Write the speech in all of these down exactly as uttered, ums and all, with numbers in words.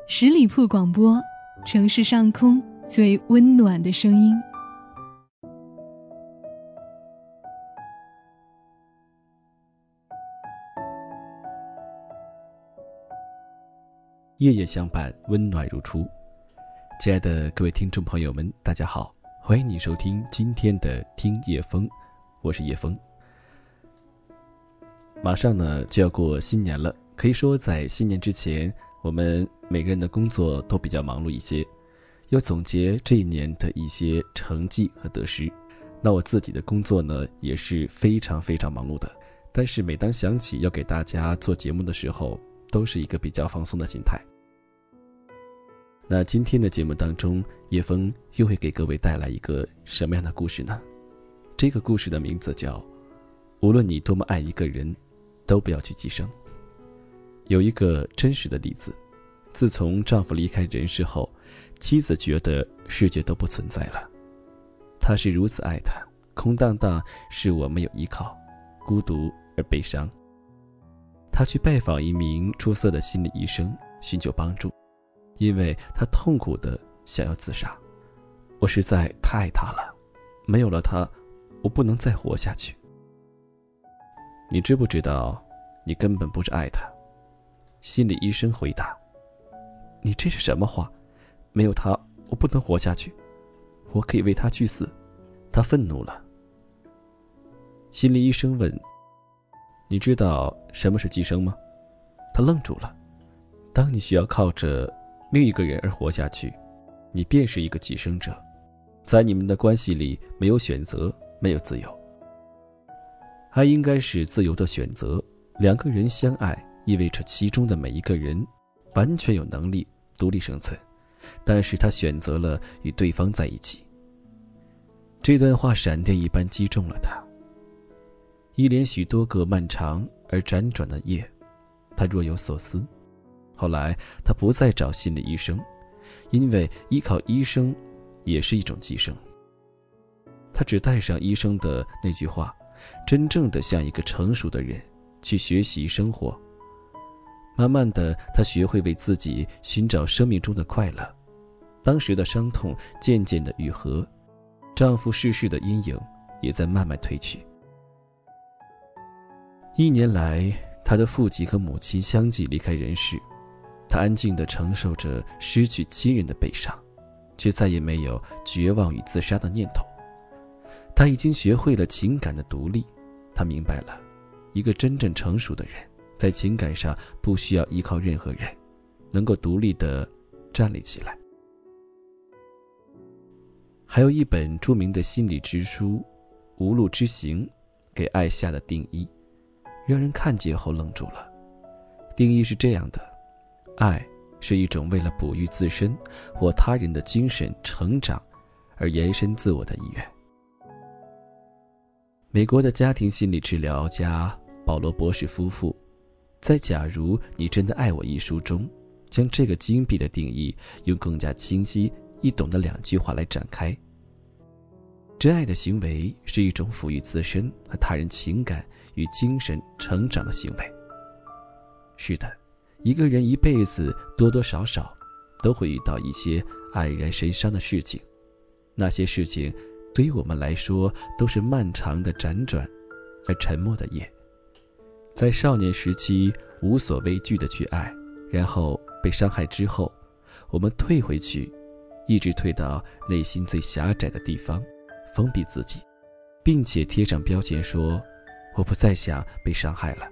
十里铺广播，城市上空最温暖的声音。 夜夜相伴，温暖如初。亲爱的各位听众朋友们，大家好，欢迎你收听今天的听夜风，我是叶风。马上呢就要过新年了，可以说在新年之前，我们每个人的工作都比较忙碌一些，要总结这一年的一些成绩和得失。那我自己的工作呢也是非常非常忙碌的，但是每当想起要给大家做节目的时候，都是一个比较放松的心态。那今天的节目当中，叶枫又会给各位带来一个什么样的故事呢？这个故事的名字叫无论你多么爱一个人，都不要去寄生。有一个真实的例子，自从丈夫离开人世后，妻子觉得世界都不存在了。她是如此爱他，空荡荡是我没有依靠，孤独而悲伤。她去拜访一名出色的心理医生寻求帮助，因为她痛苦地想要自杀。我实在太爱他了，没有了他，我不能再活下去。你知不知道，你根本不是爱他？心理医生回答。你这是什么话？没有他，我不能活下去，我可以为他去死。他愤怒了。心理医生问，你知道什么是寄生吗？他愣住了。当你需要靠着另一个人而活下去，你便是一个寄生者。在你们的关系里，没有选择，没有自由。爱应该是自由的选择，两个人相爱意味着其中的每一个人完全有能力独立生存，但是他选择了与对方在一起。这段话闪电一般击中了他。一连许多个漫长而辗转的夜，他若有所思。后来他不再找心理医生，因为依靠医生也是一种寄生。他只带上医生的那句话，真正的像一个成熟的人去学习生活。慢慢的，他学会为自己寻找生命中的快乐。当时的伤痛渐渐的愈合，丈夫逝世的阴影也在慢慢褪去。一年来，他的父亲和母亲相继离开人世，他安静地承受着失去亲人的悲伤，却再也没有绝望与自杀的念头。他已经学会了情感的独立，他明白了，一个真正成熟的人，在情感上不需要依靠任何人，能够独立地站立起来。还有一本著名的心理之书《无路之行》给爱下的定义，让人看见后愣住了。定义是这样的：爱是一种为了哺育自身或他人的精神成长而延伸自我的意愿。美国的家庭心理治疗家保罗博士夫妇在《假如你真的爱我》一书中，将这个精辟的定义用更加清晰易懂的两句话来展开。真爱的行为是一种抚育自身和他人情感与精神成长的行为。是的，一个人一辈子多多少少都会遇到一些黯然神伤的事情，那些事情对于我们来说都是漫长的辗转而沉默的夜。在少年时期无所畏惧的去爱，然后被伤害之后，我们退回去，一直退到内心最狭窄的地方，封闭自己，并且贴上标签说，我不再想被伤害了。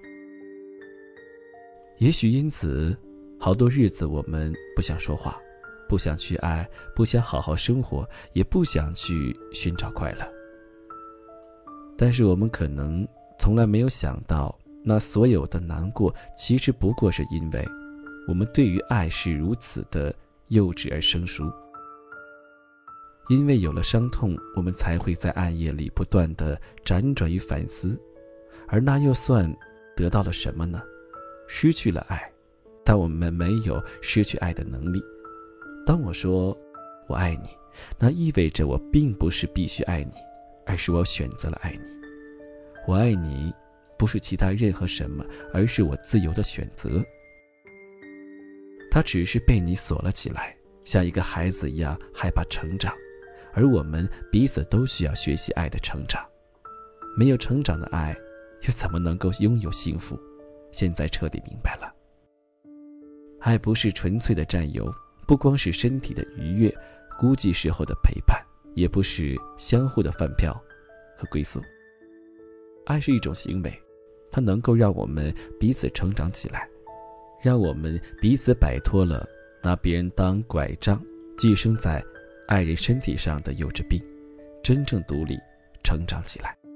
也许因此，好多日子我们不想说话，不想去爱，不想好好生活，也不想去寻找快乐。但是我们可能从来没有想到，那所有的难过其实不过是因为我们对于爱是如此的幼稚而生疏。因为有了伤痛，我们才会在暗夜里不断地辗转与反思，而那又算得到了什么呢？失去了爱，但我们没有失去爱的能力。当我说我爱你，那意味着我并不是必须爱你，而是我选择了爱你。我爱你不是其他任何什么，而是我自由的选择。 它只是被你锁了起来，像一个孩子一样害怕成长。而我们彼此都需要学习爱的成长，没有成长的爱，又怎么能够拥有幸福？现在彻底明白了，爱不是纯粹的占有，不光是身体的愉悦，孤寂时候的陪伴，也不是相互的饭票和归宿。爱是一种行为，它能够让我们彼此成长起来，让我们彼此摆脱了拿别人当拐杖寄生在爱人身体上的幼稚病，真正独立成长起来。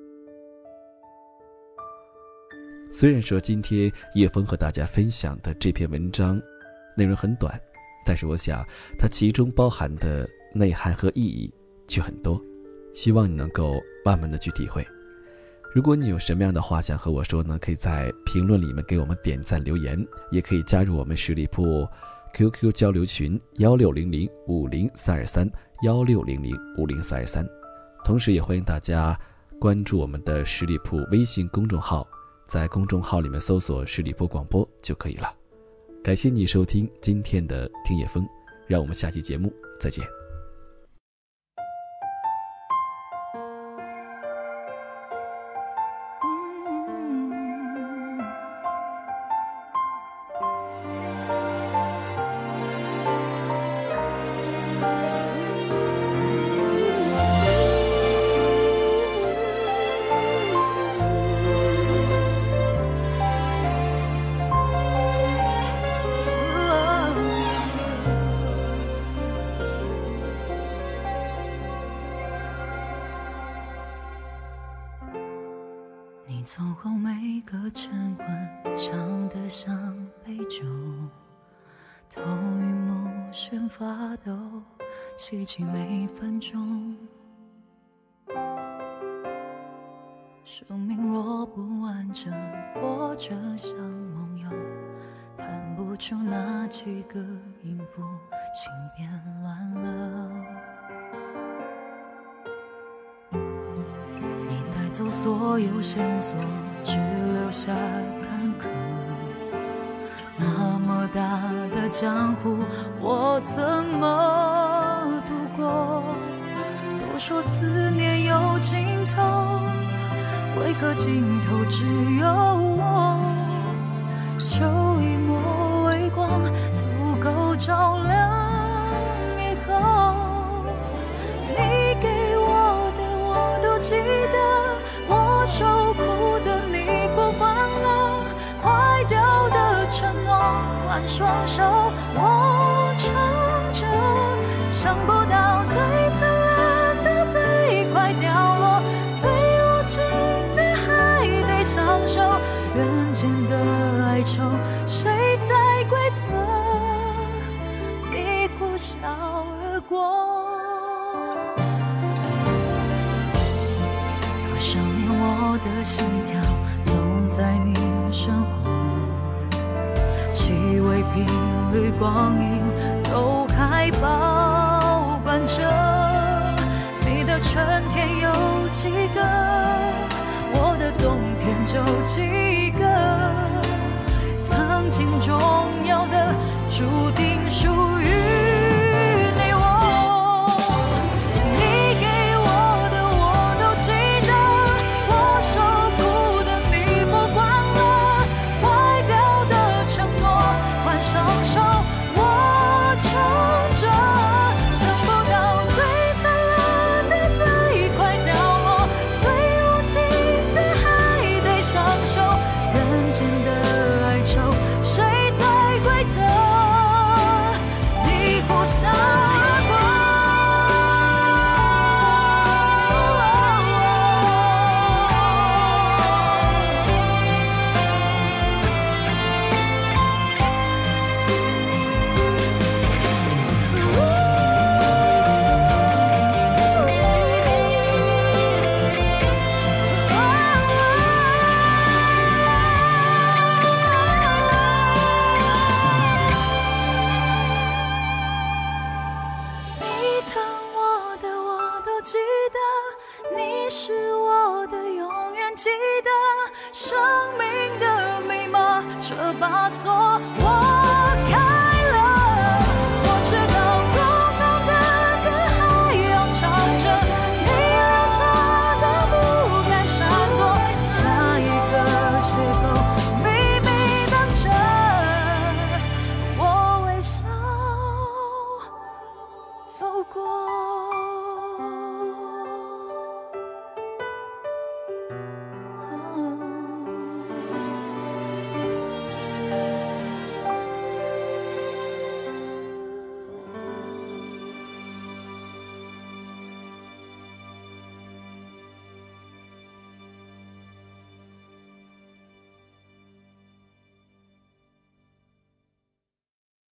虽然说今天叶枫和大家分享的这篇文章内容很短，但是我想它其中包含的内涵和意义却很多，希望你能够慢慢的去体会。如果你有什么样的话想和我说呢，可以在评论里面给我们点赞留言，也可以加入我们十里铺 Q Q 交流群幺六零零五零三二三幺六零零五零三二三，同时也欢迎大家关注我们的十里铺微信公众号，在公众号里面搜索十里铺广播就可以了。感谢你收听今天的听叶枫，让我们下期节目再见。 你走后每个晨昏唱得像杯酒，头晕目眩发抖，吸气每分钟。生命若不完整，活着像梦游，弹不出那几个音符，心变乱了。走所有线索，只留下坎坷。那么大的江湖，我怎么度过？都说思念有尽头，为何尽头只有我？就一抹微光，足够照亮以后。你给我的，我都记得。我受苦的你不管了，坏掉的承诺换双手我撑着，想不到最灿烂的最快掉落，最无尽的还得相守，人间的哀愁谁在规则里呼啸而过。少年我的心跳总在你身后，气味频率光阴都还包办着，你的春天有几个，我的冬天就几个，曾经重要的注定属于